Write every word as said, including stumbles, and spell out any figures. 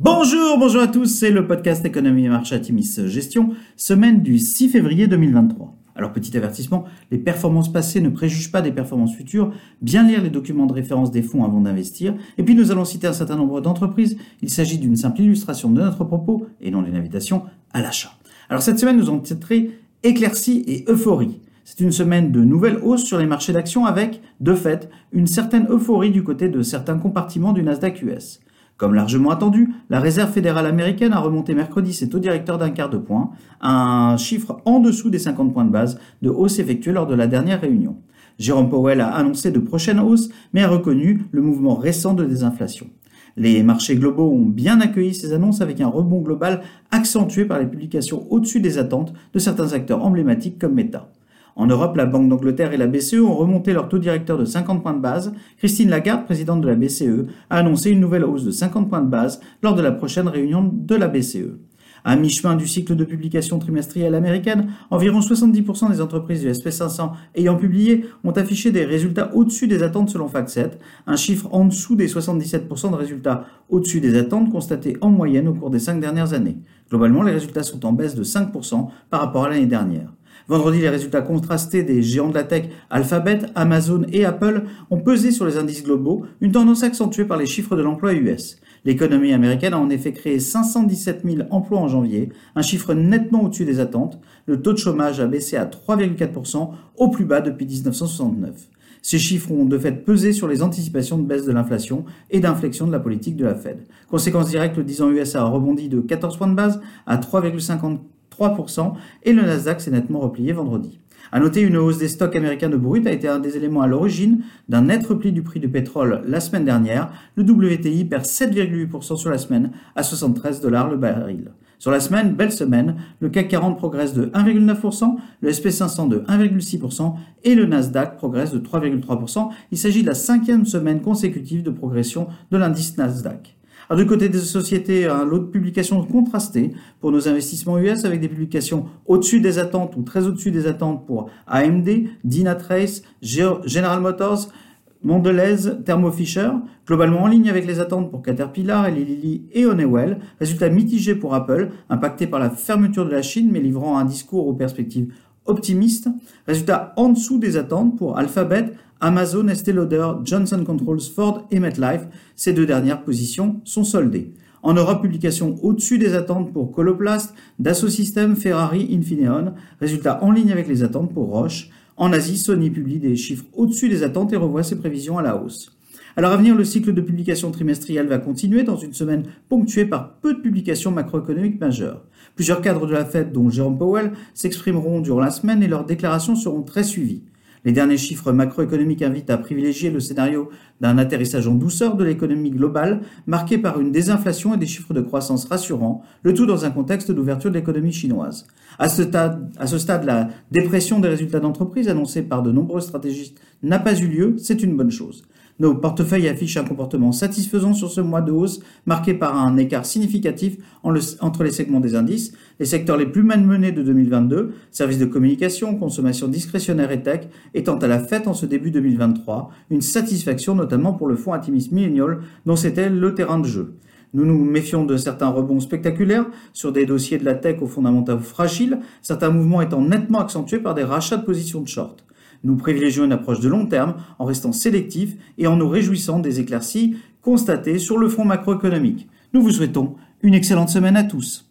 Bonjour, bonjour à tous, c'est le podcast Économie et Marché Atimis Gestion, semaine du six février deux mille vingt-trois. Alors petit avertissement, les performances passées ne préjugent pas des performances futures, bien lire les documents de référence des fonds avant d'investir, et puis nous allons citer un certain nombre d'entreprises, il s'agit d'une simple illustration de notre propos et non d'une invitation à l'achat. Alors cette semaine nous avons titré Éclaircie et euphorie. C'est une semaine de nouvelles hausses sur les marchés d'actions avec, de fait, une certaine euphorie du côté de certains compartiments du Nasdaq U S. Comme largement attendu, la Réserve fédérale américaine a remonté mercredi ses taux directeurs d'un quart de point, un chiffre en dessous des cinquante points de base de hausse effectuée lors de la dernière réunion. Jérôme Powell a annoncé de prochaines hausses, mais a reconnu le mouvement récent de désinflation. Les marchés globaux ont bien accueilli ces annonces avec un rebond global accentué par les publications au-dessus des attentes de certains acteurs emblématiques comme Meta. En Europe, la Banque d'Angleterre et la B C E ont remonté leur taux directeur de cinquante points de base. Christine Lagarde, présidente de la B C E, a annoncé une nouvelle hausse de cinquante points de base lors de la prochaine réunion de la B C E. À mi-chemin du cycle de publication trimestrielle américaine, environ soixante-dix pour cent des entreprises du S P cinq cents ayant publié ont affiché des résultats au-dessus des attentes selon FactSet, un chiffre en dessous des soixante-dix-sept pour cent de résultats au-dessus des attentes constatés en moyenne au cours des cinq dernières années. Globalement, les résultats sont en baisse de cinq pour cent par rapport à l'année dernière. Vendredi, les résultats contrastés des géants de la tech Alphabet, Amazon et Apple ont pesé sur les indices globaux, une tendance accentuée par les chiffres de l'emploi U S. L'économie américaine a en effet créé cinq cent dix-sept mille emplois en janvier, un chiffre nettement au-dessus des attentes. Le taux de chômage a baissé à trois virgule quatre pour cent, au plus bas depuis dix-neuf cent soixante-neuf. Ces chiffres ont de fait pesé sur les anticipations de baisse de l'inflation et d'inflexion de la politique de la Fed. Conséquence directe, le dix ans U S a rebondi de quatorze points de base à trois virgule cinquante-trois pour cent et le Nasdaq s'est nettement replié vendredi. À noter, une hausse des stocks américains de brut a été un des éléments à l'origine d'un net repli du prix du pétrole la semaine dernière. Le W T I perd sept virgule huit pour cent sur la semaine à soixante-treize dollars le baril. Sur la semaine, belle semaine, le C A C quarante progresse de un virgule neuf pour cent, le S P cinq cents de un virgule six pour cent et le Nasdaq progresse de trois virgule trois pour cent. Il s'agit de la cinquième semaine consécutive de progression de l'indice Nasdaq. Alors, du côté des sociétés, un lot de publications contrastées pour nos investissements U S avec des publications au-dessus des attentes ou très au-dessus des attentes pour A M D, Dynatrace, General Motors, Mondelez, Thermo Fisher, globalement en ligne avec les attentes pour Caterpillar, Eli Lilly et Honeywell. Résultat mitigé pour Apple, impacté par la fermeture de la Chine mais livrant un discours aux perspectives optimistes. Résultat en dessous des attentes pour Alphabet, Amazon, Estée Lauder, Johnson Controls, Ford et MetLife. Ces deux dernières positions sont soldées. En Europe, publication au-dessus des attentes pour Coloplast, Dassault Systèmes, Ferrari, Infineon. Résultat en ligne avec les attentes pour Roche. En Asie, Sony publie des chiffres au-dessus des attentes et revoit ses prévisions à la hausse. Alors à venir, le cycle de publication trimestrielle va continuer dans une semaine ponctuée par peu de publications macroéconomiques majeures. Plusieurs cadres de la Fed, dont Jérôme Powell, s'exprimeront durant la semaine et leurs déclarations seront très suivies. Les derniers chiffres macroéconomiques invitent à privilégier le scénario d'un atterrissage en douceur de l'économie globale, marqué par une désinflation et des chiffres de croissance rassurants, le tout dans un contexte d'ouverture de l'économie chinoise. À ce stade, à ce stade, la dépression des résultats d'entreprise annoncée par de nombreux stratégistes n'a pas eu lieu, c'est une bonne chose. Nos portefeuilles affichent un comportement satisfaisant sur ce mois de hausse, marqué par un écart significatif entre les segments des indices. Les secteurs les plus malmenés de deux mille vingt-deux, services de communication, consommation discrétionnaire et tech, étant à la fête en ce début deux mille vingt-trois, une satisfaction notamment pour le fonds Atimis Millennial, dont c'était le terrain de jeu. Nous nous méfions de certains rebonds spectaculaires sur des dossiers de la tech aux fondamentaux fragiles, certains mouvements étant nettement accentués par des rachats de positions de short. Nous privilégions une approche de long terme en restant sélectifs et en nous réjouissant des éclaircies constatées sur le front macroéconomique. Nous vous souhaitons une excellente semaine à tous.